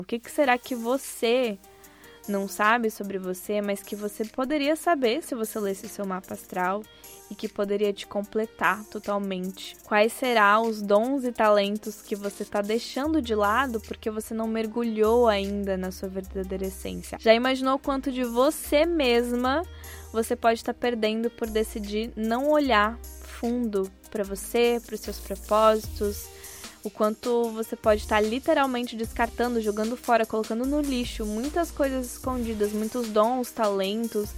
O que será que você não sabe sobre você, mas que você poderia saber se você lesse o seu mapa astral e que poderia te completar totalmente? Quais serão os dons e talentos que você está deixando de lado porque você não mergulhou ainda na sua verdadeira essência? Já imaginou quanto de você mesma você pode estar perdendo por decidir não olhar fundo para você, para os seus propósitos? O quanto você pode estar literalmente descartando, jogando fora, colocando no lixo muitas coisas escondidas, muitos dons, talentos,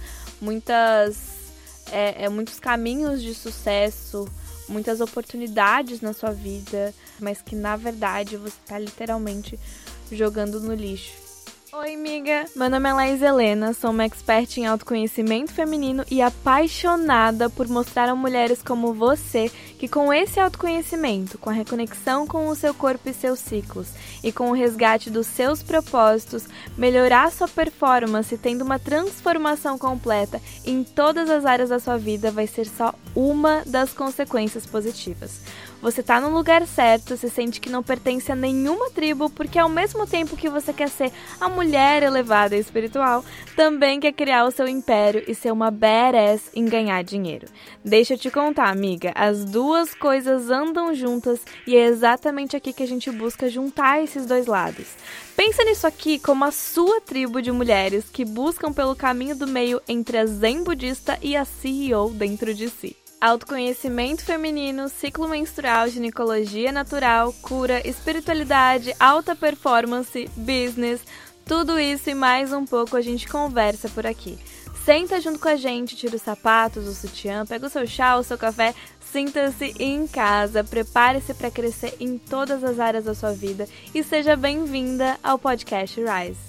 muitos caminhos de sucesso, muitas oportunidades na sua vida, mas que na verdade você está literalmente jogando no lixo. Oi, amiga! Meu nome é Laís Helena, sou uma expert em autoconhecimento feminino e apaixonada por mostrar a mulheres como você que com esse autoconhecimento, com a reconexão com o seu corpo e seus ciclos e com o resgate dos seus propósitos, melhorar sua performance tendo uma transformação completa em todas as áreas da sua vida vai ser só uma das consequências positivas. Você tá no lugar certo, se sente que não pertence a nenhuma tribo, porque ao mesmo tempo que você quer ser a mulher elevada e espiritual, também quer criar o seu império e ser uma badass em ganhar dinheiro. Deixa eu te contar, amiga, as duas coisas andam juntas e é exatamente aqui que a gente busca juntar esses dois lados. Pensa nisso aqui como a sua tribo de mulheres que buscam pelo caminho do meio entre a zen budista e a CEO dentro de si. Autoconhecimento feminino, ciclo menstrual, ginecologia natural, cura, espiritualidade, alta performance, business, tudo isso e mais um pouco a gente conversa por aqui. Senta junto com a gente, tira os sapatos, o sutiã, pega o seu chá, o seu café, sinta-se em casa, prepare-se para crescer em todas as áreas da sua vida e seja bem-vinda ao podcast Rise.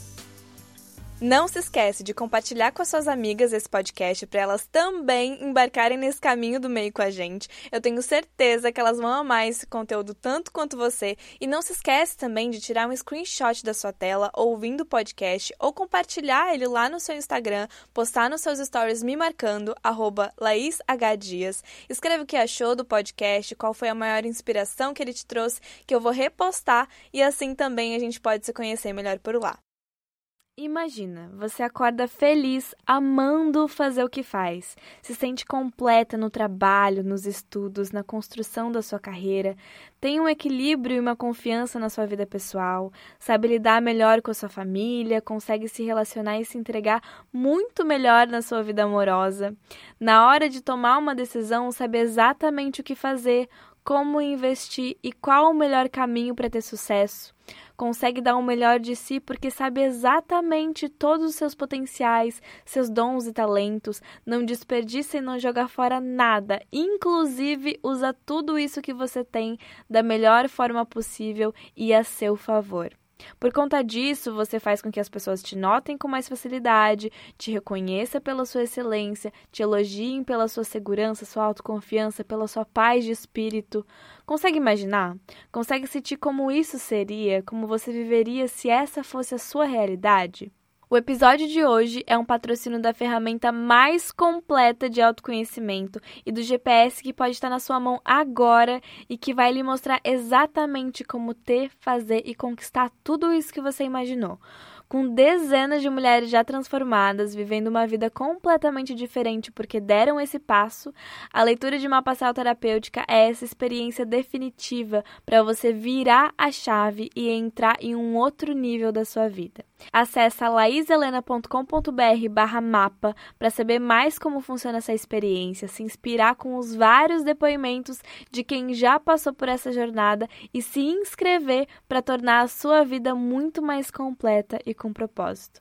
Não se esquece de compartilhar com as suas amigas esse podcast para elas também embarcarem nesse caminho do meio com a gente. Eu tenho certeza que elas vão amar esse conteúdo tanto quanto você. E não se esquece também de tirar um screenshot da sua tela ouvindo o podcast ou compartilhar ele lá no seu Instagram, postar nos seus stories me marcando, @LaísHDias. Escreve o que achou do podcast, qual foi a maior inspiração que ele te trouxe, que eu vou repostar e assim também a gente pode se conhecer melhor por lá. Imagina, você acorda feliz, amando fazer o que faz, se sente completa no trabalho, nos estudos, na construção da sua carreira, tem um equilíbrio e uma confiança na sua vida pessoal, sabe lidar melhor com a sua família, consegue se relacionar e se entregar muito melhor na sua vida amorosa. Na hora de tomar uma decisão, sabe exatamente o que fazer, como investir e qual o melhor caminho para ter sucesso. Consegue dar o melhor de si porque sabe exatamente todos os seus potenciais, seus dons e talentos, não desperdiça e não joga fora nada, inclusive usa tudo isso que você tem da melhor forma possível e a seu favor. Por conta disso, você faz com que as pessoas te notem com mais facilidade, te reconheçam pela sua excelência, te elogiem pela sua segurança, sua autoconfiança, pela sua paz de espírito. Consegue imaginar? Consegue sentir como isso seria, como você viveria se essa fosse a sua realidade? O episódio de hoje é um patrocínio da ferramenta mais completa de autoconhecimento e do GPS que pode estar na sua mão agora e que vai lhe mostrar exatamente como ter, fazer e conquistar tudo isso que você imaginou. Com dezenas de mulheres já transformadas, vivendo uma vida completamente diferente porque deram esse passo, a leitura de mapa astral terapêutica é essa experiência definitiva para você virar a chave e entrar em um outro nível da sua vida. Acesse laishelena.com.br/mapa para saber mais como funciona essa experiência, se inspirar com os vários depoimentos de quem já passou por essa jornada e se inscrever para tornar a sua vida muito mais completa e com propósito.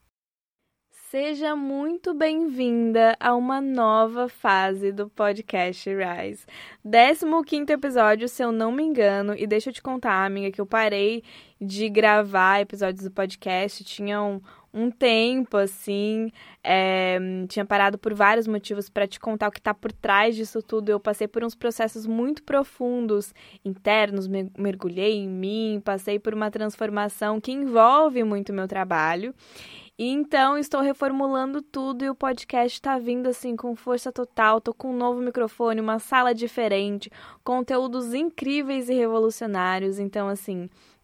Seja muito bem-vinda a uma nova fase do podcast Rise. 15º episódio, se eu não me engano, e deixa eu te contar, amiga, que eu parei de gravar episódios do podcast, tinha um tempo, assim, tinha parado por vários motivos para te contar o que está por trás disso tudo. Eu passei por uns processos muito profundos, internos, mergulhei em mim, passei por uma transformação que envolve muito o meu trabalho. E então, estou reformulando tudo e o podcast está vindo assim com força total. Tô com um novo microfone, uma sala diferente, conteúdos incríveis e revolucionários. Então, assim,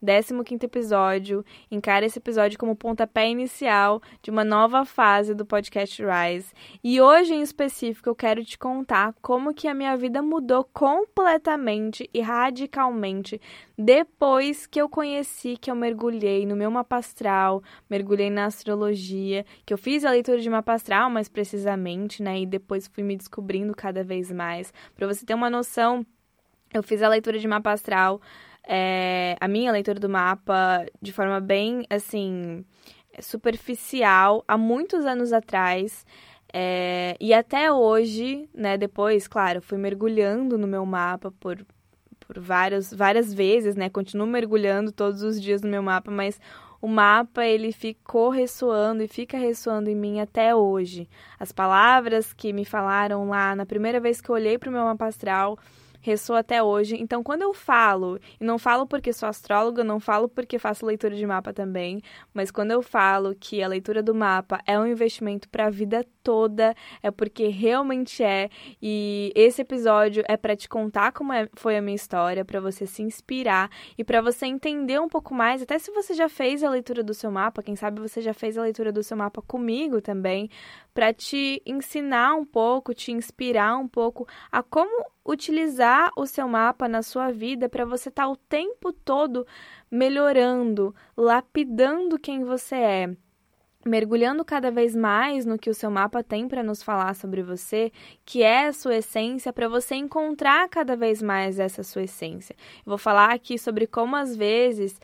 15º episódio. Encare esse episódio como pontapé inicial de uma nova fase do podcast Rise. E hoje, em específico, eu quero te contar como que a minha vida mudou completamente e radicalmente depois que eu conheci, que eu mergulhei no meu mapa astral, mergulhei na astrologia, que eu fiz a leitura de mapa astral, mais precisamente, né? E depois fui me descobrindo cada vez mais. Para você ter uma noção, eu fiz a leitura de mapa astral, a minha leitura do mapa, de forma bem, assim, superficial, há muitos anos atrás. E até hoje, né? Depois, claro, fui mergulhando no meu mapa por várias vezes, né? Continuo mergulhando todos os dias no meu mapa, mas o mapa, ele ficou ressoando e fica ressoando em mim até hoje. As palavras que me falaram lá na primeira vez que eu olhei para o meu mapa astral ressoa até hoje. Então, quando eu falo, e não falo porque sou astróloga, não falo porque faço leitura de mapa também, mas quando eu falo que a leitura do mapa é um investimento para a vida toda, é porque realmente é. E esse episódio é para te contar como foi a minha história, para você se inspirar e para você entender um pouco mais, até se você já fez a leitura do seu mapa, quem sabe você já fez a leitura do seu mapa comigo também, para te ensinar um pouco, te inspirar um pouco a como utilizar o seu mapa na sua vida para você estar o tempo todo melhorando, lapidando quem você é, mergulhando cada vez mais no que o seu mapa tem para nos falar sobre você, que é a sua essência, para você encontrar cada vez mais essa sua essência. Eu vou falar aqui sobre como às vezes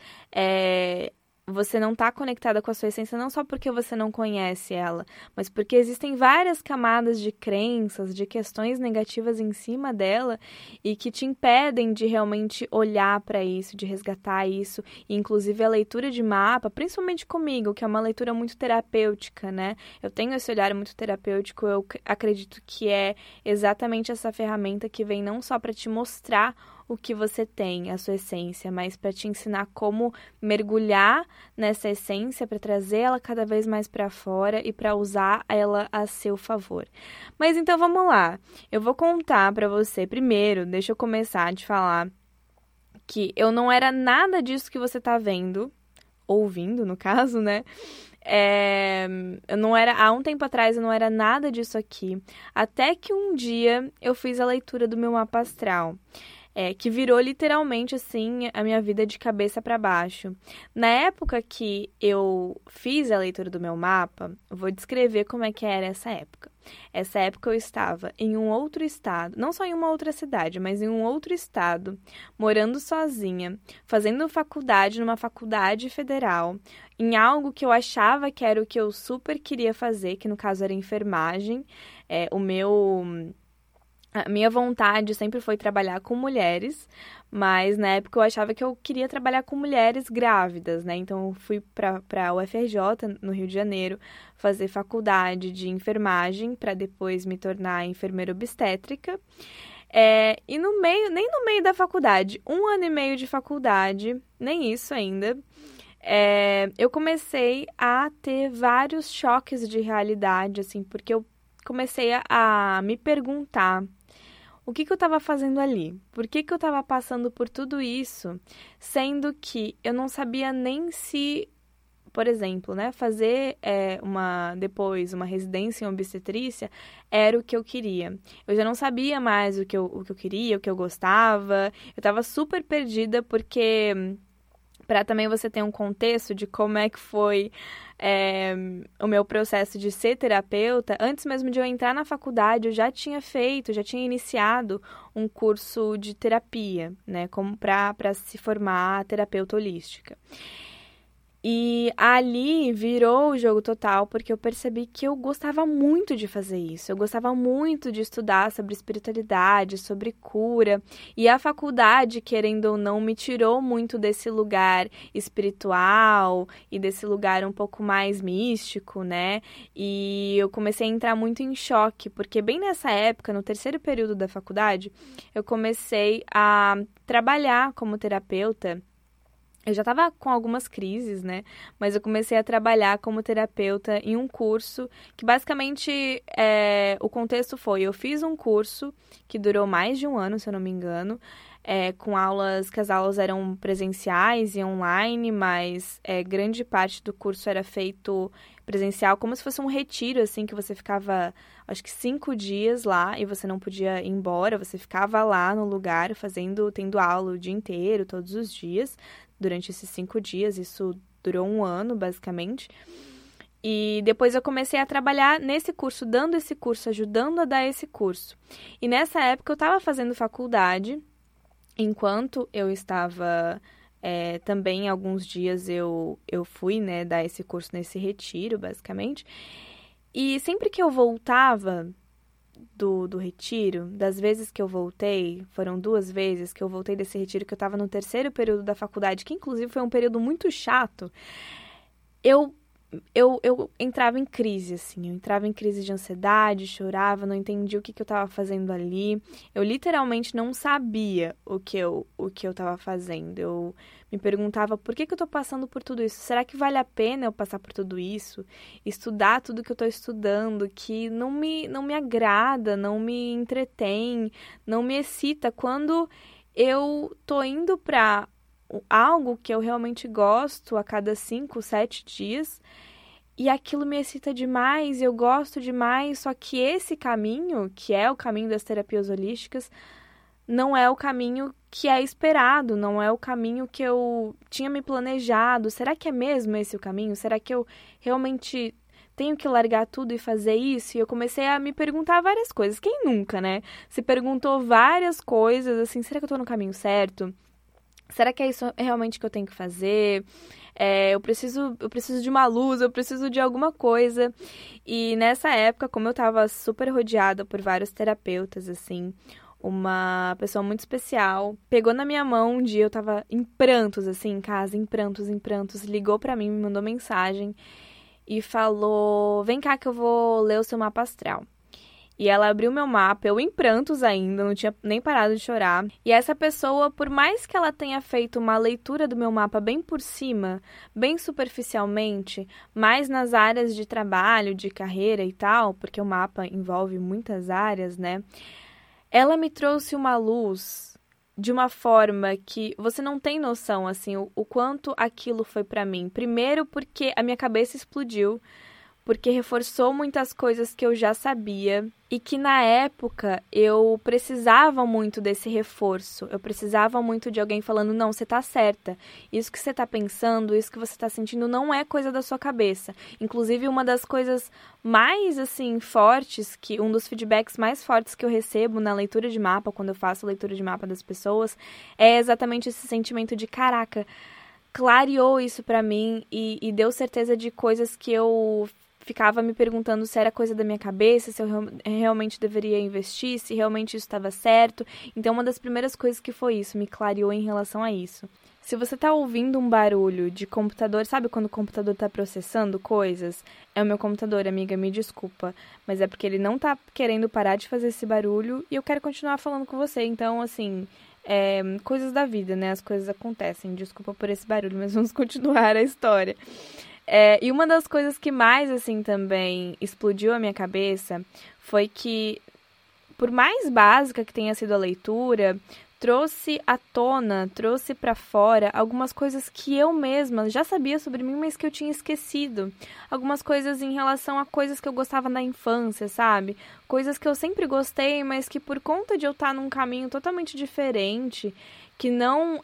você não está conectada com a sua essência não só porque você não conhece ela, mas porque existem várias camadas de crenças, de questões negativas em cima dela e que te impedem de realmente olhar para isso, de resgatar isso. E, inclusive, a leitura de mapa, principalmente comigo, que é uma leitura muito terapêutica, né? Eu tenho esse olhar muito terapêutico, eu acredito que é exatamente essa ferramenta que vem não só para te mostrar o que você tem, a sua essência, mas para te ensinar como mergulhar nessa essência, para trazer ela cada vez mais para fora e para usar ela a seu favor. Mas então vamos lá. Eu vou contar para você primeiro, deixa eu começar a te falar que eu não era nada disso que você tá vendo, ouvindo no caso, né? Eu não era, há um tempo atrás eu não era nada disso aqui, até que um dia eu fiz a leitura do meu mapa astral. Que virou literalmente, assim, a minha vida de cabeça para baixo. Na época que eu fiz a leitura do meu mapa, eu vou descrever como é que era essa época. Essa época eu estava em um outro estado, não só em uma outra cidade, mas em um outro estado, morando sozinha, fazendo faculdade numa faculdade federal, em algo que eu achava que era o que eu super queria fazer, que no caso era enfermagem. A minha vontade sempre foi trabalhar com mulheres, mas na época eu achava que eu queria trabalhar com mulheres grávidas, né? Então eu fui para a UFRJ, no Rio de Janeiro, fazer faculdade de enfermagem para depois me tornar enfermeira obstétrica. E nem no meio da faculdade, 1 ano e meio de faculdade, nem isso ainda, eu comecei a ter vários choques de realidade, assim, porque eu comecei a me perguntar o que eu estava fazendo ali? Por que eu estava passando por tudo isso, sendo que eu não sabia nem se, por exemplo, né, fazer depois uma residência em obstetrícia era o que eu queria. Eu já não sabia mais o que eu queria, o que eu gostava. Eu estava super perdida porque, para também você ter um contexto de como é que foi o meu processo de ser terapeuta, antes mesmo de eu entrar na faculdade, eu já tinha iniciado um curso de terapia, né, como para se formar terapeuta holística. E ali virou o jogo total, porque eu percebi que eu gostava muito de fazer isso. Eu gostava muito de estudar sobre espiritualidade, sobre cura. E a faculdade, querendo ou não, me tirou muito desse lugar espiritual e desse lugar um pouco mais místico, né? E eu comecei a entrar muito em choque, porque bem nessa época, no 3º período da faculdade, eu comecei a trabalhar como terapeuta. Eu já estava com algumas crises, né? Mas eu comecei a trabalhar como terapeuta em um curso que basicamente o contexto foi: eu fiz um curso que durou mais de 1 ano, se eu não me engano, com aulas, que as aulas eram presenciais e online, mas grande parte do curso era feito presencial, como se fosse um retiro, assim, que você ficava, acho que 5 dias lá e você não podia ir embora, você ficava lá no lugar tendo aula o dia inteiro, todos os dias, durante esses 5 dias, isso durou 1 ano, basicamente. E depois eu comecei a trabalhar nesse curso, dando esse curso, ajudando a dar esse curso. E nessa época eu estava fazendo faculdade, enquanto eu estava também, alguns dias eu fui, né, dar esse curso nesse retiro, basicamente. E sempre que eu voltava do retiro, das vezes que eu voltei, foram 2 vezes que eu voltei desse retiro, que eu estava no 3º período da faculdade, que inclusive foi um período muito chato, eu entrava em crise, assim, eu entrava em crise de ansiedade, chorava, não entendia o que eu estava fazendo ali. Eu literalmente não sabia o que eu estava fazendo. Eu me perguntava por que eu estou passando por tudo isso? Será que vale a pena eu passar por tudo isso? Estudar tudo que eu estou estudando, que não me agrada, não me entretém, não me excita. Quando eu tô indo para algo que eu realmente gosto a cada 5, 7 dias, e aquilo me excita demais, eu gosto demais, só que esse caminho, que é o caminho das terapias holísticas, não é o caminho que é esperado, não é o caminho que eu tinha me planejado. Será que é mesmo esse o caminho? Será que eu realmente tenho que largar tudo e fazer isso? E eu comecei a me perguntar várias coisas. Quem nunca, né? Se perguntou várias coisas, assim, será que eu tô no caminho certo? Será que é isso realmente que eu tenho que fazer? Eu preciso de uma luz, eu preciso de alguma coisa. E nessa época, como eu estava super rodeada por vários terapeutas, assim, uma pessoa muito especial pegou na minha mão um dia, eu estava em prantos, assim, em casa, em prantos, ligou pra mim, me mandou mensagem e falou: vem cá que eu vou ler o seu mapa astral. E ela abriu meu mapa, eu em prantos ainda, não tinha nem parado de chorar. E essa pessoa, por mais que ela tenha feito uma leitura do meu mapa bem por cima, bem superficialmente, mais nas áreas de trabalho, de carreira e tal, porque o mapa envolve muitas áreas, né? Ela me trouxe uma luz de uma forma que você não tem noção, assim, o quanto aquilo foi pra mim. Primeiro porque a minha cabeça explodiu, porque reforçou muitas coisas que eu já sabia e que na época eu precisava muito desse reforço. Eu precisava muito de alguém falando: não, você tá certa. Isso que você tá pensando, isso que você tá sentindo não é coisa da sua cabeça. Inclusive, uma das coisas mais, assim, fortes, um dos feedbacks mais fortes que eu recebo na leitura de mapa, quando eu faço a leitura de mapa das pessoas, é exatamente esse sentimento de: caraca, clareou isso pra mim e deu certeza de coisas que eu ficava me perguntando se era coisa da minha cabeça, se eu realmente deveria investir, se realmente isso estava certo. Então, uma das primeiras coisas que foi isso, me clareou em relação a isso. Se você tá ouvindo um barulho de computador, sabe quando o computador tá processando coisas? É o meu computador, amiga, me desculpa. Mas é porque ele não tá querendo parar de fazer esse barulho e eu quero continuar falando com você. Então, assim, coisas da vida, né? As coisas acontecem. Desculpa por esse barulho, mas vamos continuar a história. E uma das coisas que mais, assim, também explodiu a minha cabeça foi que, por mais básica que tenha sido a leitura, trouxe à tona, trouxe pra fora algumas coisas que eu mesma já sabia sobre mim, mas que eu tinha esquecido. Algumas coisas em relação a coisas que eu gostava na infância, sabe? Coisas que eu sempre gostei, mas que por conta de eu estar num caminho totalmente diferente, que não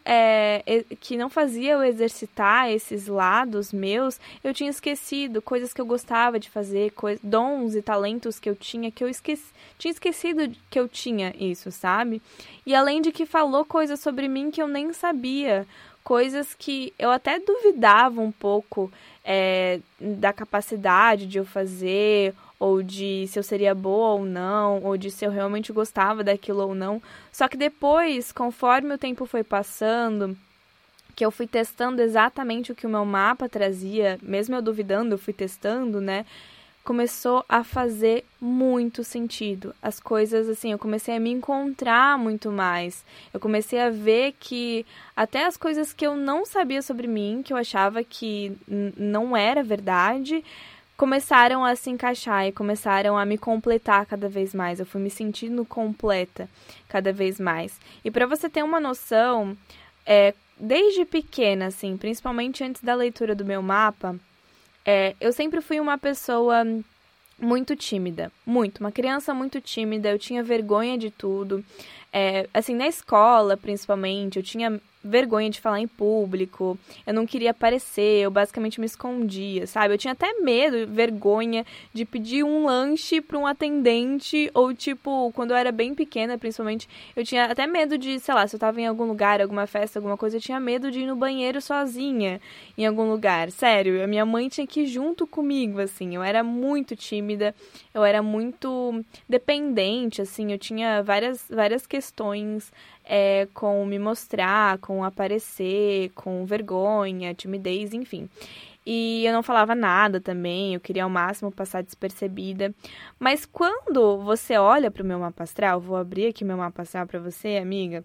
fazia eu exercitar esses lados meus, eu tinha esquecido coisas que eu gostava de fazer, dons e talentos que eu tinha, que eu tinha esquecido que eu tinha isso, sabe? E além de que falou coisas sobre mim que eu nem sabia, coisas que eu até duvidava um pouco da capacidade de eu fazer, ou de se eu seria boa ou não, ou de se eu realmente gostava daquilo ou não. Só que depois, conforme o tempo foi passando, que eu fui testando exatamente o que o meu mapa trazia, mesmo eu duvidando, eu fui testando, né? Começou a fazer muito sentido. As coisas, assim, eu comecei a me encontrar muito mais. Eu comecei a ver que até as coisas que eu não sabia sobre mim, que eu achava que não era verdade, começaram a se encaixar e começaram a me completar cada vez mais. Eu fui me sentindo completa cada vez mais. E para você ter uma noção, desde pequena, assim, principalmente antes da leitura do meu mapa, eu sempre fui uma pessoa muito tímida, uma criança muito tímida, eu tinha vergonha de tudo, assim, na escola, principalmente, eu tinha vergonha de falar em público, eu não queria aparecer, eu basicamente me escondia, sabe? Eu tinha até medo, vergonha de pedir um lanche para um atendente, ou tipo, quando eu era bem pequena, principalmente, eu tinha até medo de, sei lá, se eu tava em algum lugar, alguma festa, alguma coisa, eu tinha medo de ir no banheiro sozinha, em algum lugar, sério, a minha mãe tinha que ir junto comigo, assim, eu era muito tímida, eu era muito dependente, assim, eu tinha várias questões com me mostrar, com aparecer, com vergonha, timidez, enfim. E eu não falava nada também, eu queria ao máximo passar despercebida. Mas quando você olha para o meu mapa astral, vou abrir aqui meu mapa astral para você, amiga,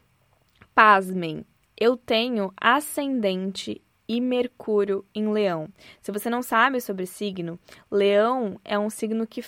pasmem, eu tenho ascendente e Mercúrio em Leão. Se você não sabe sobre signo, Leão é um signo que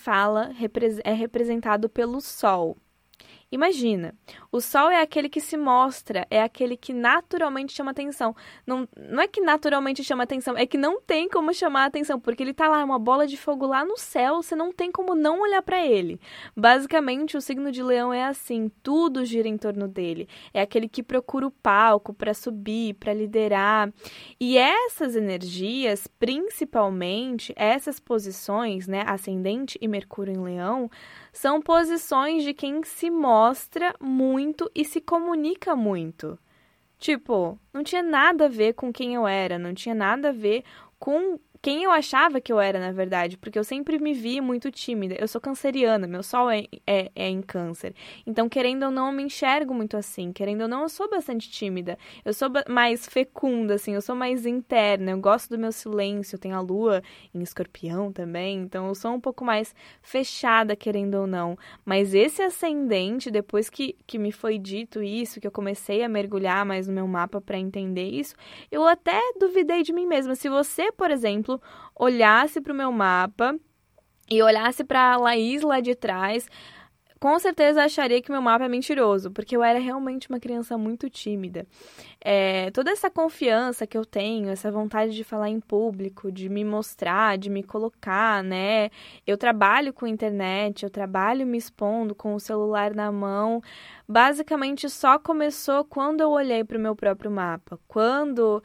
é representado pelo Sol. Imagina, o Sol é aquele que se mostra, é aquele que naturalmente chama atenção. Não é que naturalmente chama atenção, é que não tem como chamar atenção, porque ele tá lá, uma bola de fogo lá no céu, você não tem como não olhar para ele. Basicamente, o signo de Leão é assim, tudo gira em torno dele. É aquele que procura o palco para subir, para liderar. E essas energias, principalmente, essas posições, né, ascendente e Mercúrio em Leão, são posições de quem se mostra muito e se comunica muito. Tipo, não tinha nada a ver com quem eu era, não tinha nada a ver com quem eu achava que eu era, na verdade, porque eu sempre me vi muito tímida. Eu sou canceriana, meu sol é em câncer. Então, querendo ou não, eu me enxergo muito assim. Querendo ou não, eu sou bastante tímida. Eu sou mais fecunda, assim, eu sou mais interna. Eu gosto do meu silêncio. Eu tenho a lua em escorpião também. Então, eu sou um pouco mais fechada, querendo ou não. Mas esse ascendente, depois que me foi dito isso, que eu comecei a mergulhar mais no meu mapa para entender isso, eu até duvidei de mim mesma. Se você, por exemplo, olhasse para o meu mapa e olhasse para a Laís lá de trás, com certeza acharia que meu mapa é mentiroso, porque eu era realmente uma criança muito tímida. Toda essa confiança que eu tenho, essa vontade de falar em público, de me mostrar, de me colocar, né? Eu trabalho com internet, eu trabalho me expondo com o celular na mão. Basicamente, só começou quando eu olhei para o meu próprio mapa. Quando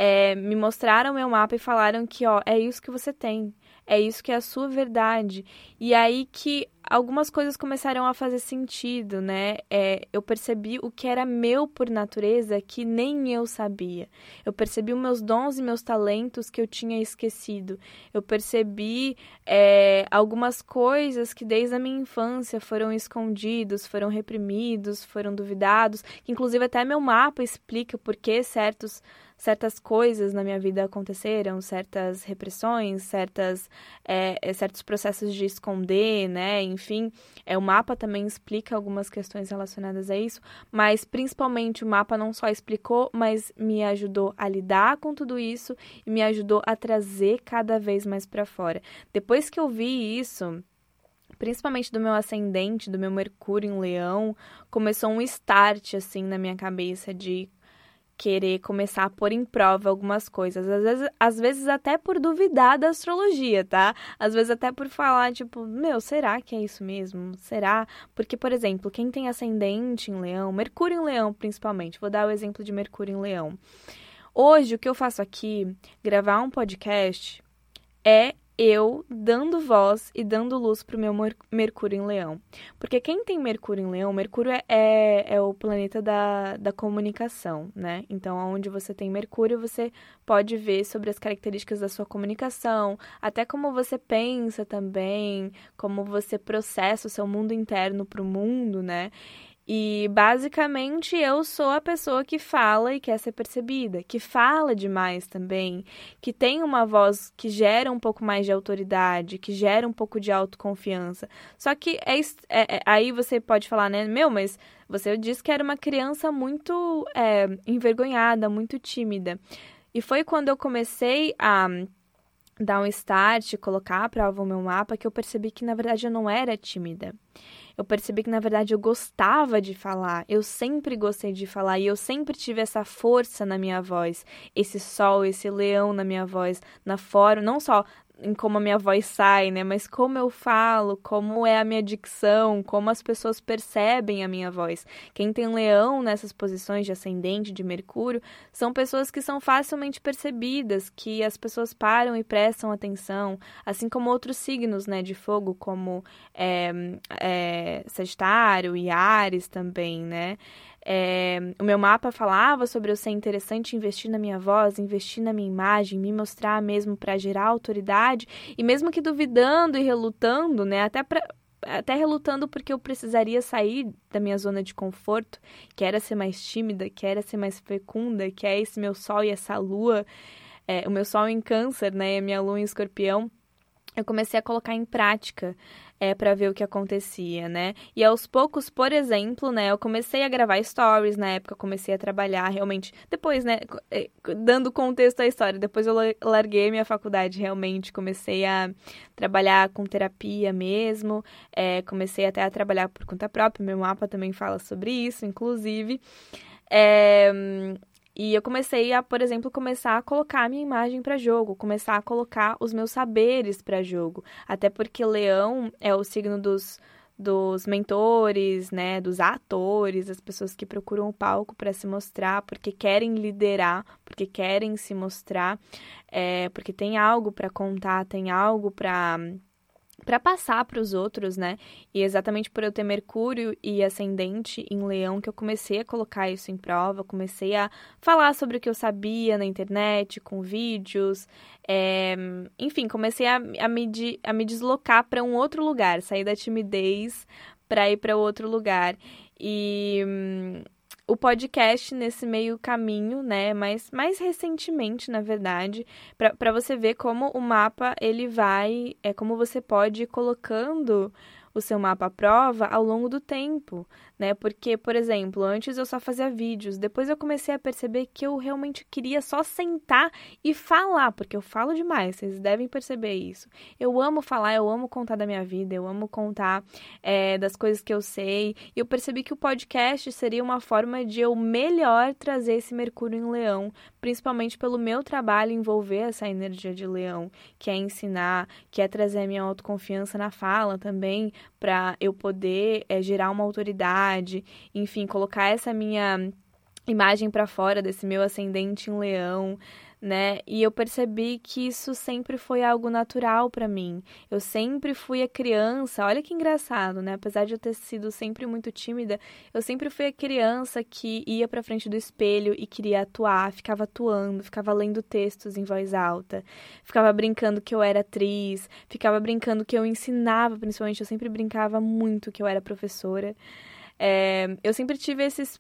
me mostraram meu mapa e falaram que, ó, é isso que você tem. É isso que é a sua verdade. E aí que algumas coisas começaram a fazer sentido, né? Eu percebi o que era meu por natureza que nem eu sabia. Eu percebi os meus dons e meus talentos que eu tinha esquecido. Eu percebi algumas coisas que desde a minha infância foram escondidos, foram reprimidos, foram duvidados. Que inclusive até meu mapa explica por que certas coisas na minha vida aconteceram, certas repressões, certos processos de esconder, né? Enfim, o mapa também explica algumas questões relacionadas a isso, mas principalmente o mapa não só explicou, mas me ajudou a lidar com tudo isso e me ajudou a trazer cada vez mais para fora. Depois que eu vi isso, principalmente do meu ascendente, do meu Mercúrio em Leão, começou um start, assim, na minha cabeça de querer começar a pôr em prova algumas coisas. Às vezes até por duvidar da astrologia, tá? Às vezes até por falar, tipo, será que é isso mesmo? Será? Porque, por exemplo, quem tem ascendente em Leão, Mercúrio em Leão principalmente, vou dar o exemplo de Mercúrio em Leão. Hoje, o que eu faço aqui, gravar um podcast, é eu dando voz e dando luz para o meu Mercúrio em Leão. Porque quem tem Mercúrio em Leão, Mercúrio é o planeta da comunicação, né? Então, onde você tem Mercúrio, você pode ver sobre as características da sua comunicação, até como você pensa também, como você processa o seu mundo interno para o mundo, né? E, basicamente, eu sou a pessoa que fala e quer ser percebida, que fala demais também, que tem uma voz que gera um pouco mais de autoridade, que gera um pouco de autoconfiança. Só que aí você pode falar, né? Mas você disse que era uma criança muito envergonhada, muito tímida. E foi quando eu comecei a dar um start, colocar à prova o meu mapa, que eu percebi que, na verdade, eu não era tímida. Eu percebi que, na verdade, eu gostava de falar. Eu sempre gostei de falar e eu sempre tive essa força na minha voz. Esse sol, esse leão na minha voz, na forma, não só em como a minha voz sai, né? Mas como eu falo, como é a minha dicção, como as pessoas percebem a minha voz. Quem tem leão nessas posições de ascendente, de Mercúrio, são pessoas que são facilmente percebidas, que as pessoas param e prestam atenção, assim como outros signos, né, de fogo, como Sagitário e Áries também, né? O meu mapa falava sobre eu ser interessante investir na minha voz, investir na minha imagem, me mostrar mesmo para gerar autoridade, e mesmo que duvidando e relutando, né, até relutando porque eu precisaria sair da minha zona de conforto, que era ser mais tímida, que era ser mais fecunda, que é esse meu sol e essa lua, o meu sol em Câncer, né, e a minha lua em Escorpião. Eu comecei a colocar em prática para ver o que acontecia, né? E aos poucos, por exemplo, né, eu comecei a gravar stories, na época eu comecei a trabalhar realmente, depois, né, dando contexto à história, depois eu larguei minha faculdade realmente, comecei a trabalhar com terapia mesmo, comecei até a trabalhar por conta própria, meu mapa também fala sobre isso, inclusive. E eu comecei a, por exemplo, começar a colocar a minha imagem para jogo, começar a colocar os meus saberes para jogo. Até porque Leão é o signo dos mentores, né, dos atores, as pessoas que procuram o palco para se mostrar, porque querem liderar, porque querem se mostrar, porque tem algo para contar, tem algo para passar para os outros, né? E exatamente por eu ter Mercúrio e ascendente em Leão que eu comecei a colocar isso em prova, comecei a falar sobre o que eu sabia na internet, com vídeos, enfim, comecei a me deslocar para um outro lugar, sair da timidez para ir para outro lugar. E o podcast nesse meio caminho, né, mas mais recentemente, na verdade, para você ver como o mapa, ele vai, como você pode ir colocando o seu mapa à prova ao longo do tempo, né, porque, por exemplo, antes eu só fazia vídeos, depois eu comecei a perceber que eu realmente queria só sentar e falar, porque eu falo demais, vocês devem perceber isso. Eu amo falar, eu amo contar da minha vida, eu amo contar das coisas que eu sei, e eu percebi que o podcast seria uma forma de eu melhor trazer esse Mercúrio em Leão, principalmente pelo meu trabalho envolver essa energia de Leão, que é ensinar, que é trazer a minha autoconfiança na fala também, para eu poder gerar uma autoridade, enfim, colocar essa minha imagem para fora desse meu ascendente em Leão, né? E eu percebi que isso sempre foi algo natural para mim. Eu sempre fui a criança, olha que engraçado, né? Apesar de eu ter sido sempre muito tímida, eu sempre fui a criança que ia para frente do espelho e queria atuar, ficava atuando, ficava lendo textos em voz alta, ficava brincando que eu era atriz, ficava brincando que eu ensinava, principalmente eu sempre brincava muito que eu era professora. Eu sempre tive esses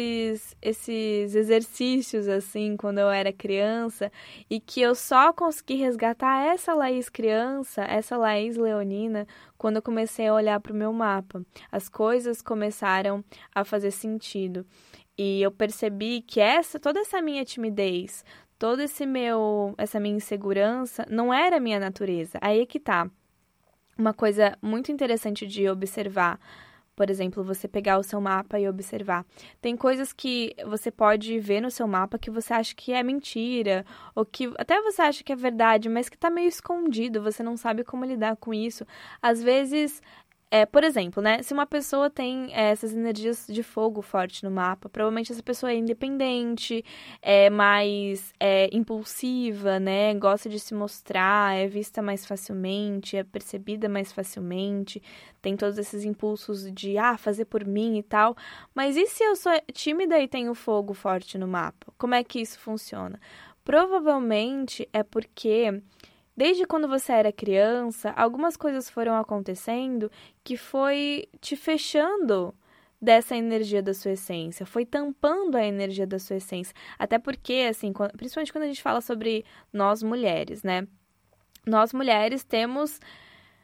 exercícios, assim, quando eu era criança, e que eu só consegui resgatar essa Laís criança, essa Laís leonina, quando eu comecei a olhar para o meu mapa. As coisas começaram a fazer sentido. E eu percebi que toda essa minha timidez, essa minha insegurança, não era a minha natureza. Aí é que tá. Uma coisa muito interessante de observar, por exemplo, você pegar o seu mapa e observar. Tem coisas que você pode ver no seu mapa que você acha que é mentira, ou que até você acha que é verdade, mas que tá meio escondido, você não sabe como lidar com isso. Às vezes, por exemplo, né, se uma pessoa tem essas energias de fogo forte no mapa, provavelmente essa pessoa é independente, é mais impulsiva, né, gosta de se mostrar, é vista mais facilmente, é percebida mais facilmente, tem todos esses impulsos de, fazer por mim e tal. Mas e se eu sou tímida e tenho fogo forte no mapa? Como é que isso funciona? Provavelmente é porque desde quando você era criança, algumas coisas foram acontecendo que foi te fechando dessa energia da sua essência, foi tampando a energia da sua essência. Até porque, assim, principalmente quando a gente fala sobre nós mulheres, né? Nós mulheres temos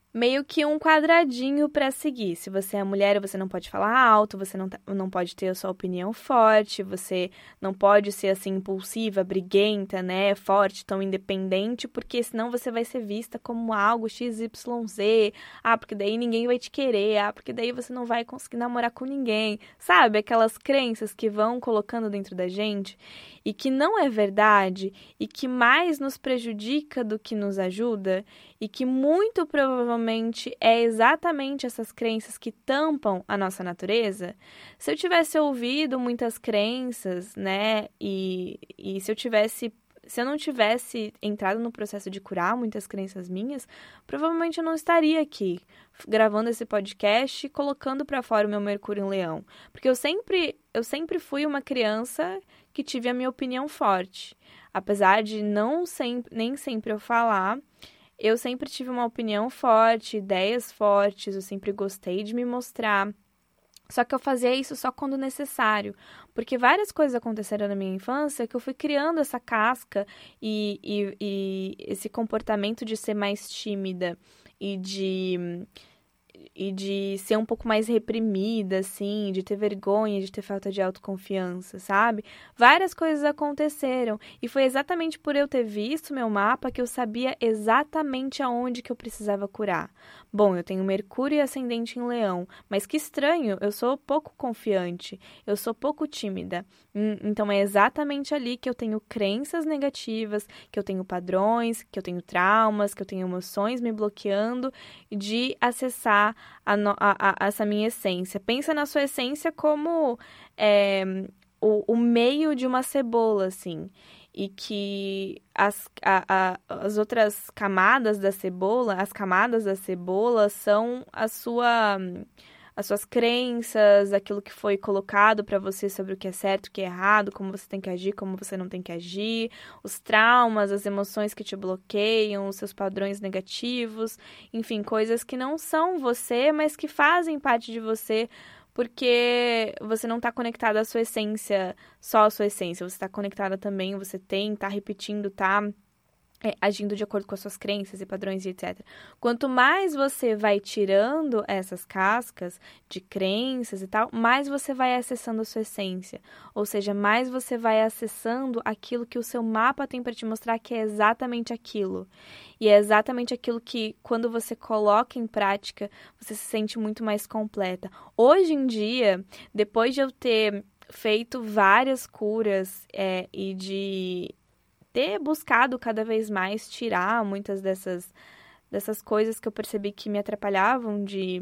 meio que um quadradinho para seguir. Se você é mulher, você não pode falar alto, você não pode ter a sua opinião forte, você não pode ser assim impulsiva, briguenta, né, forte, tão independente, porque senão você vai ser vista como algo XYZ. Porque daí ninguém vai te querer, porque daí você não vai conseguir namorar com ninguém. Sabe? Aquelas crenças que vão colocando dentro da gente e que não é verdade e que mais nos prejudica do que nos ajuda e que muito provavelmente é exatamente essas crenças que tampam a nossa natureza. Se eu tivesse ouvido muitas crenças, né, e se eu não tivesse entrado no processo de curar muitas crenças minhas, provavelmente eu não estaria aqui gravando esse podcast e colocando para fora o meu Mercúrio em Leão. Porque eu sempre fui uma criança que tive a minha opinião forte. Apesar de nem sempre eu falar, eu sempre tive uma opinião forte, ideias fortes, eu sempre gostei de me mostrar. Só que eu fazia isso só quando necessário, porque várias coisas aconteceram na minha infância que eu fui criando essa casca e esse comportamento de ser mais tímida e de ser um pouco mais reprimida, assim, de ter vergonha, de ter falta de autoconfiança, sabe? Várias coisas aconteceram e foi exatamente por eu ter visto meu mapa que eu sabia exatamente aonde que eu precisava curar. Bom, eu tenho Mercúrio e Ascendente em Leão, mas que estranho, eu sou pouco confiante, eu sou pouco tímida. Então é exatamente ali que eu tenho crenças negativas, que eu tenho padrões, que eu tenho traumas, que eu tenho emoções me bloqueando de acessar essa minha essência. Pensa na sua essência como o meio de uma cebola, assim. E que as outras camadas da cebola, as camadas da cebola são as suas crenças, aquilo que foi colocado para você sobre o que é certo, o que é errado, como você tem que agir, como você não tem que agir, os traumas, as emoções que te bloqueiam, os seus padrões negativos, enfim, coisas que não são você, mas que fazem parte de você, porque você não está conectada à sua essência, só à sua essência, você está conectada também, você tá repetindo, agindo de acordo com as suas crenças e padrões e etc. Quanto mais você vai tirando essas cascas de crenças e tal, mais você vai acessando a sua essência. Ou seja, mais você vai acessando aquilo que o seu mapa tem para te mostrar que é exatamente aquilo. E é exatamente aquilo que, quando você coloca em prática, você se sente muito mais completa. Hoje em dia, depois de eu ter feito várias curas e de ter buscado cada vez mais tirar muitas dessas coisas que eu percebi que me atrapalhavam de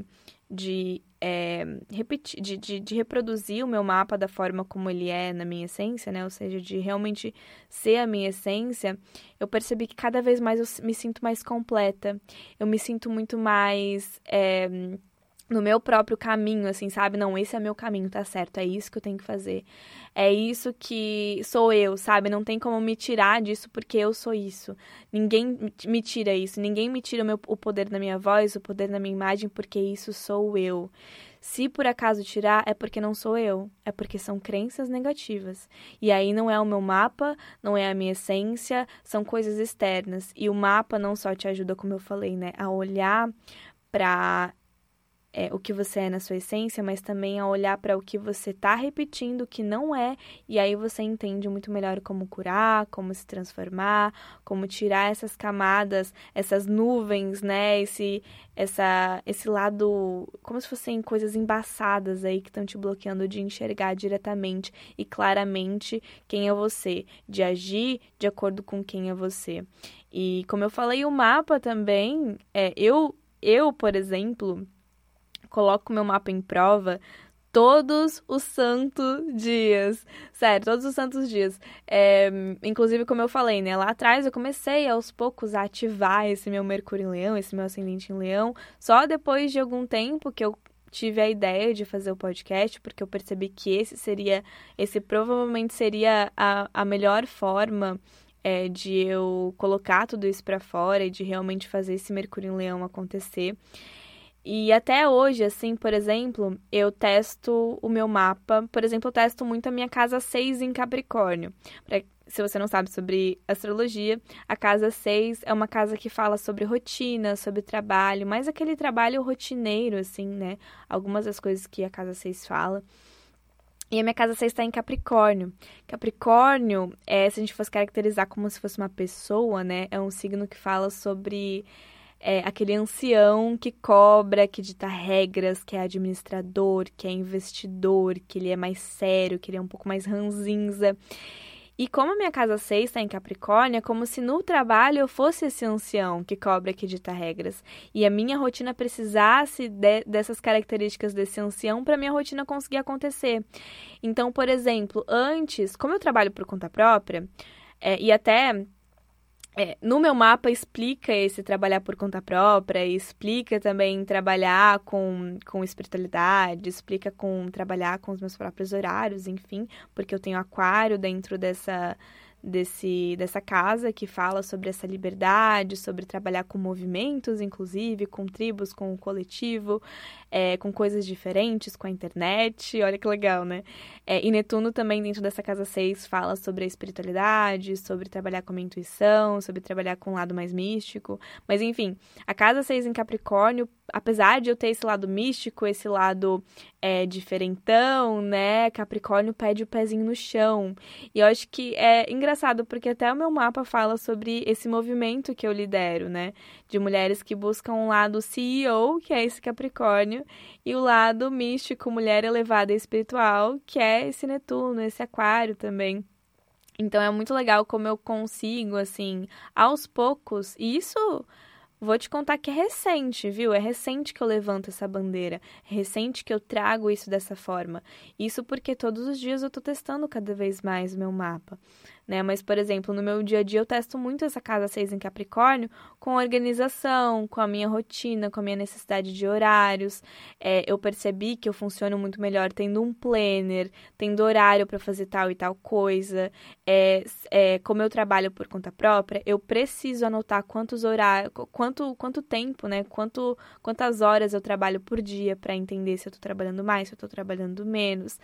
repetir, de reproduzir o meu mapa da forma como ele é na minha essência, né? Ou seja, de realmente ser a minha essência, eu percebi que cada vez mais eu me sinto mais completa, eu me sinto muito mais no meu próprio caminho, assim, sabe? Não, esse é meu caminho, tá certo, é isso que eu tenho que fazer. É isso que sou eu, sabe? Não tem como me tirar disso porque eu sou isso. Ninguém me tira isso, ninguém me tira o poder da minha voz, o poder da minha imagem, porque isso sou eu. Se por acaso tirar, é porque não sou eu, é porque são crenças negativas. E aí não é o meu mapa, não é a minha essência, são coisas externas. E o mapa não só te ajuda, como eu falei, né, a olhar para o que você é na sua essência, mas também a olhar para o que você está repetindo que não é, e aí você entende muito melhor como curar, como se transformar, como tirar essas camadas, essas nuvens, né, esse lado, como se fossem coisas embaçadas aí que estão te bloqueando de enxergar diretamente e claramente quem é você, de agir de acordo com quem é você. E como eu falei, o mapa também, eu, por exemplo, coloco meu mapa em prova todos os santos dias. Sério, todos os santos dias. Inclusive, como eu falei, né? Lá atrás eu comecei aos poucos a ativar esse meu Mercúrio em Leão, esse meu ascendente em Leão. Só depois de algum tempo que eu tive a ideia de fazer o podcast, porque eu percebi que esse provavelmente seria a melhor forma de eu colocar tudo isso pra fora e de realmente fazer esse Mercúrio em Leão acontecer. E até hoje, assim, por exemplo, eu testo o meu mapa. Por exemplo, eu testo muito a minha casa 6 em Capricórnio. se você não sabe sobre astrologia, a casa 6 é uma casa que fala sobre rotina, sobre trabalho, mas aquele trabalho rotineiro, assim, né? Algumas das coisas que a casa 6 fala. E a minha casa 6 está em Capricórnio. Capricórnio, se a gente fosse caracterizar como se fosse uma pessoa, né? É um signo que fala sobre aquele ancião que cobra, que dita regras, que é administrador, que é investidor, que ele é mais sério, que ele é um pouco mais ranzinza. E como a minha casa 6 está em Capricórnio, é como se no trabalho eu fosse esse ancião que cobra, que dita regras. E a minha rotina precisasse dessas características desse ancião para minha rotina conseguir acontecer. Então, por exemplo, antes, como eu trabalho por conta própria, e até no meu mapa explica esse trabalhar por conta própria, e explica também trabalhar com espiritualidade, explica trabalhar com os meus próprios horários, enfim, porque eu tenho aquário dentro dessa casa que fala sobre essa liberdade, sobre trabalhar com movimentos, inclusive, com tribos, com o coletivo, com coisas diferentes, com a internet. Olha que legal, né? E Netuno também, dentro dessa casa 6, fala sobre a espiritualidade, sobre trabalhar com a minha intuição, sobre trabalhar com o lado mais místico. Mas, enfim, a casa 6 em Capricórnio, apesar de eu ter esse lado místico, esse lado diferentão, né? Capricórnio pede o pezinho no chão. E eu acho que é engraçado, porque até o meu mapa fala sobre esse movimento que eu lidero, né? De mulheres que buscam um lado CEO, que é esse Capricórnio, e o lado místico, mulher elevada e espiritual, que é esse Netuno, esse Aquário também. Então é muito legal como eu consigo, assim, aos poucos, e isso vou te contar que é recente, viu? É recente que eu levanto essa bandeira, é recente que eu trago isso dessa forma. Isso porque todos os dias eu tô testando cada vez mais o meu mapa, né? Mas, por exemplo, no meu dia a dia eu testo muito essa casa 6 em Capricórnio com organização, com a minha rotina, com a minha necessidade de horários. Eu percebi que eu funciono muito melhor tendo um planner, tendo horário para fazer tal e tal coisa. Como eu trabalho por conta própria, eu preciso anotar quantos horários, quanto tempo, né? Quantas horas eu trabalho por dia para entender se eu tô trabalhando mais, se eu tô trabalhando menos.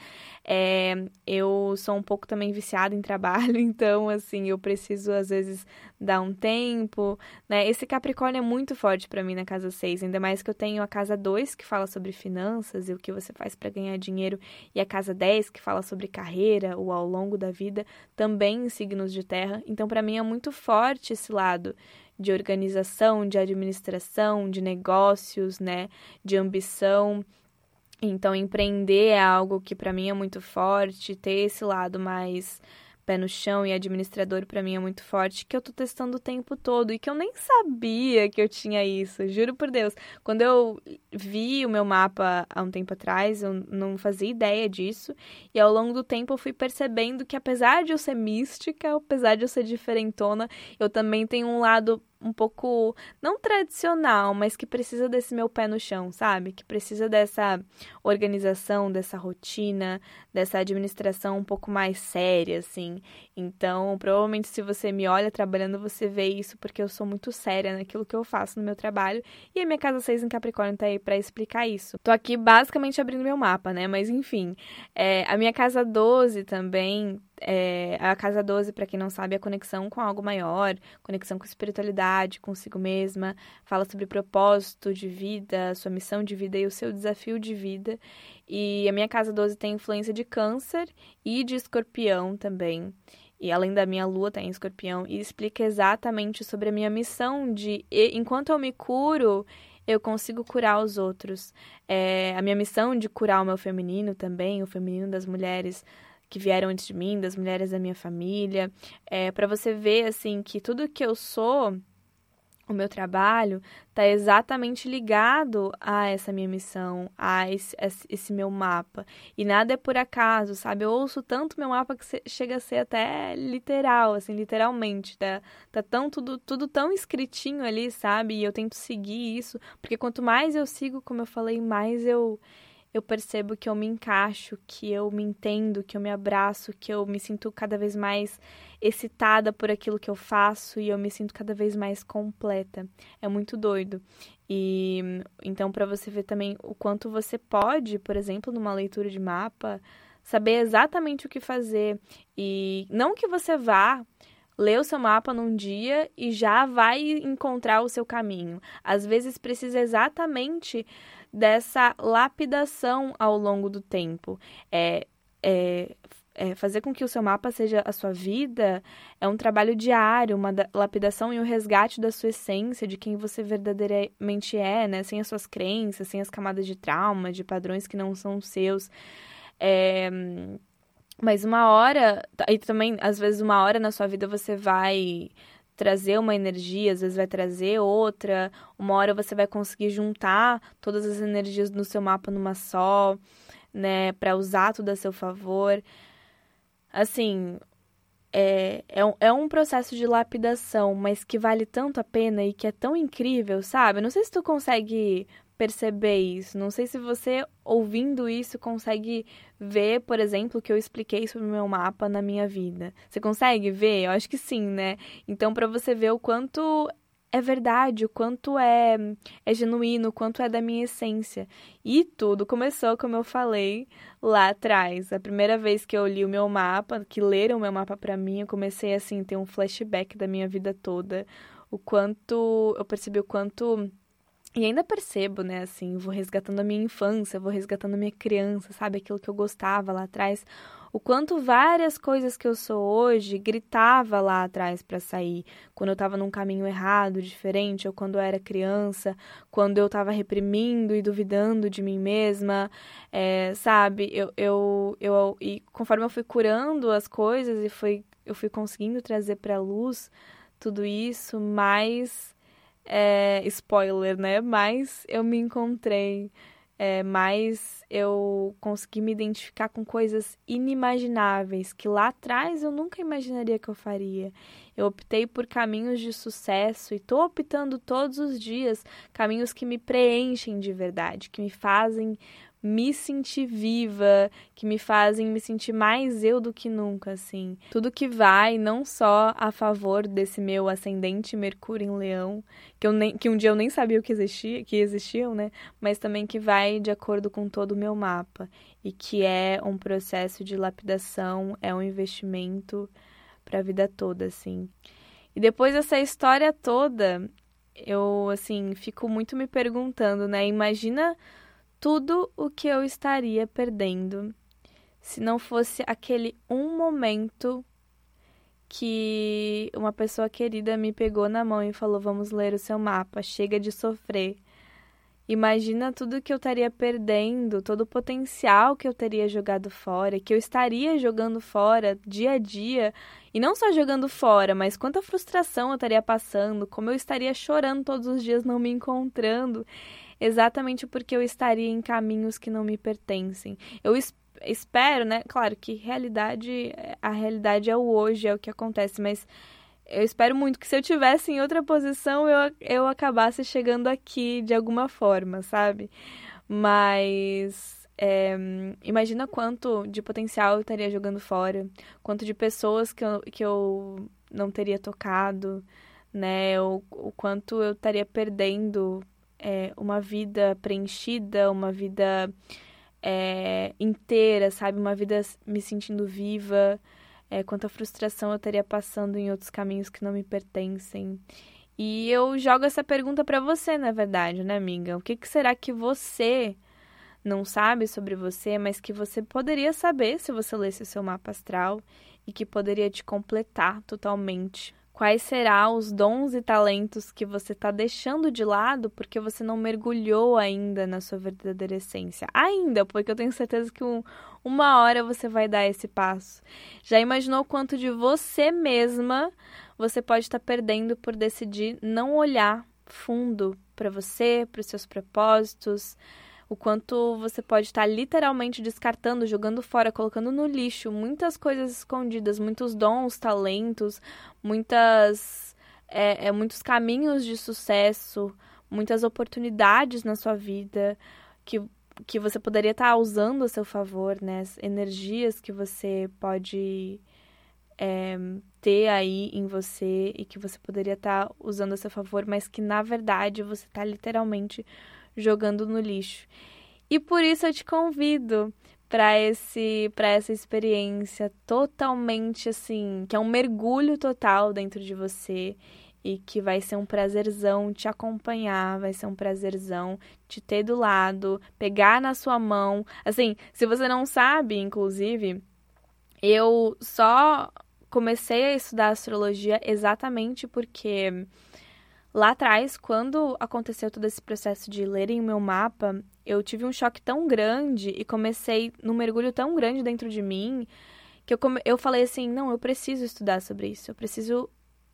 Eu sou um pouco também viciada em trabalho, então, assim, eu preciso, às vezes, dar um tempo, né? Esse Capricórnio é muito forte para mim na casa 6, ainda mais que eu tenho a casa 2, que fala sobre finanças e o que você faz para ganhar dinheiro, e a casa 10, que fala sobre carreira, ou ao longo da vida, também em signos de terra. Então, para mim, é muito forte esse lado de organização, de administração, de negócios, né? De ambição. Então, empreender é algo que para mim é muito forte, ter esse lado mais pé no chão e administrador para mim é muito forte, que eu tô testando o tempo todo e que eu nem sabia que eu tinha isso, juro por Deus. Quando eu vi o meu mapa há um tempo atrás, eu não fazia ideia disso, e ao longo do tempo eu fui percebendo que apesar de eu ser mística, apesar de eu ser diferentona, eu também tenho um lado um pouco, não tradicional, mas que precisa desse meu pé no chão, sabe? Que precisa dessa organização, dessa rotina, dessa administração um pouco mais séria, assim. Então, provavelmente se você me olha trabalhando, você vê isso porque eu sou muito séria naquilo que eu faço no meu trabalho. E a minha casa 6 em Capricórnio tá aí pra explicar isso. Tô aqui basicamente abrindo meu mapa, né? Mas enfim, a minha casa 12 também. A casa 12, para quem não sabe, é a conexão com algo maior, conexão com espiritualidade, consigo mesma, fala sobre propósito de vida, sua missão de vida e o seu desafio de vida. E a minha casa 12 tem influência de Câncer e de Escorpião também. E além da minha lua, tá em Escorpião, e explica exatamente sobre a minha missão enquanto eu me curo, eu consigo curar os outros. A minha missão de curar o meu feminino também, o feminino das mulheres que vieram antes de mim, das mulheres da minha família, para você ver, assim, que tudo que eu sou, o meu trabalho, está exatamente ligado a essa minha missão, a esse meu mapa. E nada é por acaso, sabe? Eu ouço tanto meu mapa que chega a ser até literal, assim, literalmente. Tá tudo tão escritinho ali, sabe? E eu tento seguir isso, porque quanto mais eu sigo, como eu falei, mais eu percebo que eu me encaixo, que eu me entendo, que eu me abraço, que eu me sinto cada vez mais excitada por aquilo que eu faço e eu me sinto cada vez mais completa. É muito doido. E então, para você ver também o quanto você pode, por exemplo, numa leitura de mapa, saber exatamente o que fazer. E não que você vá ler o seu mapa num dia e já vai encontrar o seu caminho. Às vezes precisa exatamente dessa lapidação ao longo do tempo. Fazer com que o seu mapa seja a sua vida é um trabalho diário, uma lapidação e um resgate da sua essência, de quem você verdadeiramente é, né? Sem as suas crenças, sem as camadas de trauma, de padrões que não são seus. Mas uma hora, e também, às vezes, uma hora na sua vida você vai trazer uma energia, às vezes vai trazer outra, uma hora você vai conseguir juntar todas as energias no seu mapa numa só, né, para usar tudo a seu favor. Assim, é um processo de lapidação, mas que vale tanto a pena e que é tão incrível, sabe? Não sei se tu consegue perceber isso, não sei se você, ouvindo isso, consegue ver, por exemplo, o que eu expliquei sobre o meu mapa na minha vida. Você consegue ver? Eu acho que sim, né? Então, para você ver o quanto é verdade, o quanto é genuíno, o quanto é da minha essência. E tudo começou, como eu falei, lá atrás. A primeira vez que eu li o meu mapa, que leram o meu mapa pra mim, eu comecei, assim, ter um flashback da minha vida toda. Eu percebi o quanto... E ainda percebo, né, assim, vou resgatando a minha infância, vou resgatando a minha criança, sabe? Aquilo que eu gostava lá atrás. O quanto várias coisas que eu sou hoje gritava lá atrás pra sair. Quando eu tava num caminho errado, diferente, ou quando eu era criança, quando eu tava reprimindo e duvidando de mim mesma, sabe? E conforme eu fui curando as coisas e eu fui conseguindo trazer pra luz tudo isso, mais... spoiler, né? Mas eu me encontrei, mais eu consegui me identificar com coisas inimagináveis que lá atrás eu nunca imaginaria que eu faria. Eu optei por caminhos de sucesso e tô optando todos os dias caminhos que me preenchem de verdade, que me fazem me sentir viva, que me fazem me sentir mais eu do que nunca, assim. Tudo que vai não só a favor desse meu ascendente Mercúrio em Leão, que um dia eu nem sabia que existiam, né? Mas também que vai de acordo com todo o meu mapa e que é um processo de lapidação, é um investimento para a vida toda, assim. E depois dessa história toda, eu, assim, fico muito me perguntando, né? Imagina tudo o que eu estaria perdendo se não fosse aquele um momento que uma pessoa querida me pegou na mão e falou: vamos ler o seu mapa, chega de sofrer. Imagina tudo que eu estaria perdendo, todo o potencial que eu teria jogado fora, que eu estaria jogando fora dia a dia, e não só jogando fora, mas quanta frustração eu estaria passando, como eu estaria chorando todos os dias não me encontrando, exatamente porque eu estaria em caminhos que não me pertencem. Eu espero, né? Claro que a realidade é o hoje, é o que acontece, mas eu espero muito que se eu tivesse em outra posição, eu acabasse chegando aqui de alguma forma, sabe? Mas imagina quanto de potencial eu estaria jogando fora, quanto de pessoas que eu não teria tocado, né? O quanto eu estaria perdendo uma vida preenchida, uma vida inteira, sabe? Uma vida me sentindo viva. Quanta frustração eu estaria passando em outros caminhos que não me pertencem. E eu jogo essa pergunta pra você, na verdade, né, amiga? O que será que você não sabe sobre você, mas que você poderia saber se você lesse o seu mapa astral e que poderia te completar totalmente? Quais serão os dons e talentos que você está deixando de lado porque você não mergulhou ainda na sua verdadeira essência? Ainda, porque eu tenho certeza que uma hora você vai dar esse passo. Já imaginou quanto de você mesma você pode estar perdendo por decidir não olhar fundo para você, para os seus propósitos? O quanto você pode estar literalmente descartando, jogando fora, colocando no lixo muitas coisas escondidas, muitos dons, talentos, muitos caminhos de sucesso, muitas oportunidades na sua vida que você poderia estar usando a seu favor, né? As energias que você pode ter aí em você e que você poderia estar usando a seu favor, mas que na verdade você está literalmente jogando no lixo. E por isso eu te convido para essa experiência totalmente assim, que é um mergulho total dentro de você e que vai ser um prazerzão te acompanhar, vai ser um prazerzão te ter do lado, pegar na sua mão. Assim, se você não sabe, inclusive, eu só comecei a estudar astrologia exatamente porque lá atrás, quando aconteceu todo esse processo de lerem o meu mapa, eu tive um choque tão grande e comecei num mergulho tão grande dentro de mim que eu falei assim, não, eu preciso estudar sobre isso. Eu preciso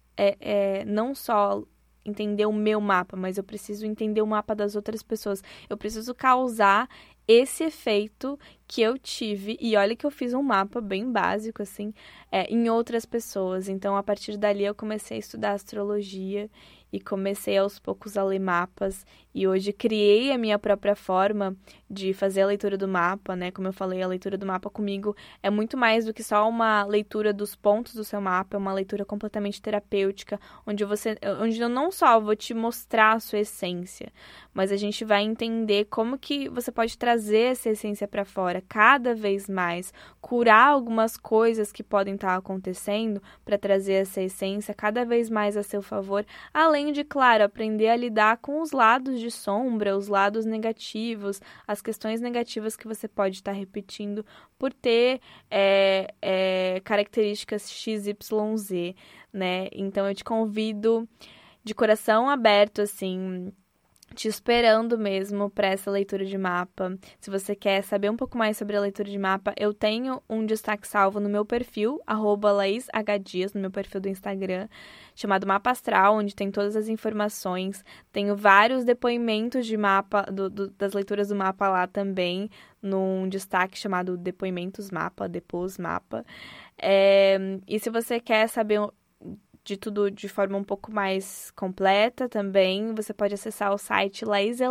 não só entender o meu mapa, mas eu preciso entender o mapa das outras pessoas. Eu preciso causar esse efeito que eu tive, e olha que eu fiz um mapa bem básico, assim, em outras pessoas. Então, a partir dali, eu comecei a estudar astrologia e comecei aos poucos a ler mapas. E hoje criei a minha própria forma de fazer a leitura do mapa, né? Como eu falei, a leitura do mapa comigo é muito mais do que só uma leitura dos pontos do seu mapa, é uma leitura completamente terapêutica, onde eu não só vou te mostrar a sua essência, mas a gente vai entender como que você pode trazer essa essência para fora cada vez mais, curar algumas coisas que podem estar acontecendo para trazer essa essência cada vez mais a seu favor, além de, claro, aprender a lidar com os lados de sombra, os lados negativos, as questões negativas que você pode estar repetindo por ter características XYZ, né? Então eu te convido de coração aberto, assim, te esperando mesmo para essa leitura de mapa. Se você quer saber um pouco mais sobre a leitura de mapa, eu tenho um destaque salvo no meu perfil, @LaísHDias, no meu perfil do Instagram, chamado Mapa Astral, onde tem todas as informações. Tenho vários depoimentos de mapa, das leituras do mapa lá também, num destaque chamado Depoimentos Mapa, Depôs Mapa. E se você quer saber de tudo de forma um pouco mais completa também, você pode acessar o site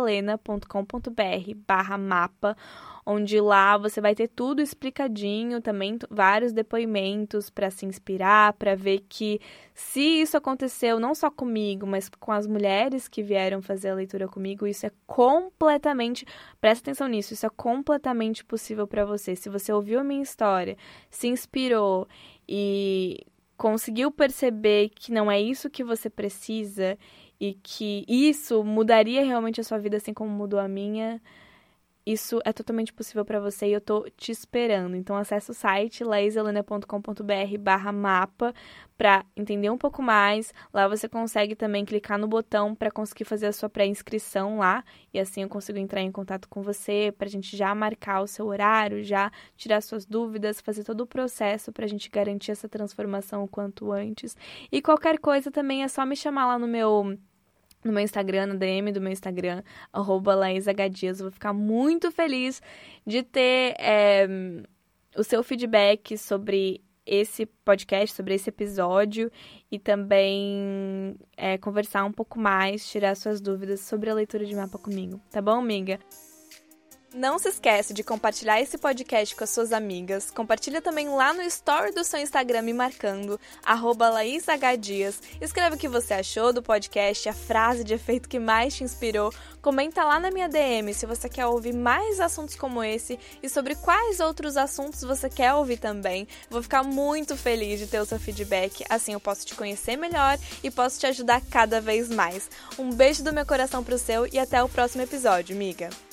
laiselena.com.br/mapa, onde lá você vai ter tudo explicadinho, também vários depoimentos para se inspirar, para ver que se isso aconteceu não só comigo, mas com as mulheres que vieram fazer a leitura comigo, isso é completamente, presta atenção nisso, isso é completamente possível para você. Se você ouviu a minha história, se inspirou e conseguiu perceber que não é isso que você precisa e que isso mudaria realmente a sua vida assim como mudou a minha, isso é totalmente possível para você e eu tô te esperando. Então acessa o site laiselena.com.br/mapa para entender um pouco mais. Lá você consegue também clicar no botão para conseguir fazer a sua pré-inscrição lá e assim eu consigo entrar em contato com você pra gente já marcar o seu horário, já tirar suas dúvidas, fazer todo o processo pra gente garantir essa transformação o quanto antes. E qualquer coisa também é só me chamar lá no meu Instagram, na DM do meu Instagram, @LaísHDias. Eu vou ficar muito feliz de ter o seu feedback sobre esse podcast, sobre esse episódio e também conversar um pouco mais, tirar suas dúvidas sobre a leitura de mapa comigo. Tá bom, amiga? Não se esquece de compartilhar esse podcast com as suas amigas. Compartilha também lá no story do seu Instagram me marcando, @LaísHDias. Escreve o que você achou do podcast, a frase de efeito que mais te inspirou. Comenta lá na minha DM se você quer ouvir mais assuntos como esse e sobre quais outros assuntos você quer ouvir também. Vou ficar muito feliz de ter o seu feedback, assim eu posso te conhecer melhor e posso te ajudar cada vez mais. Um beijo do meu coração pro seu e até o próximo episódio, amiga!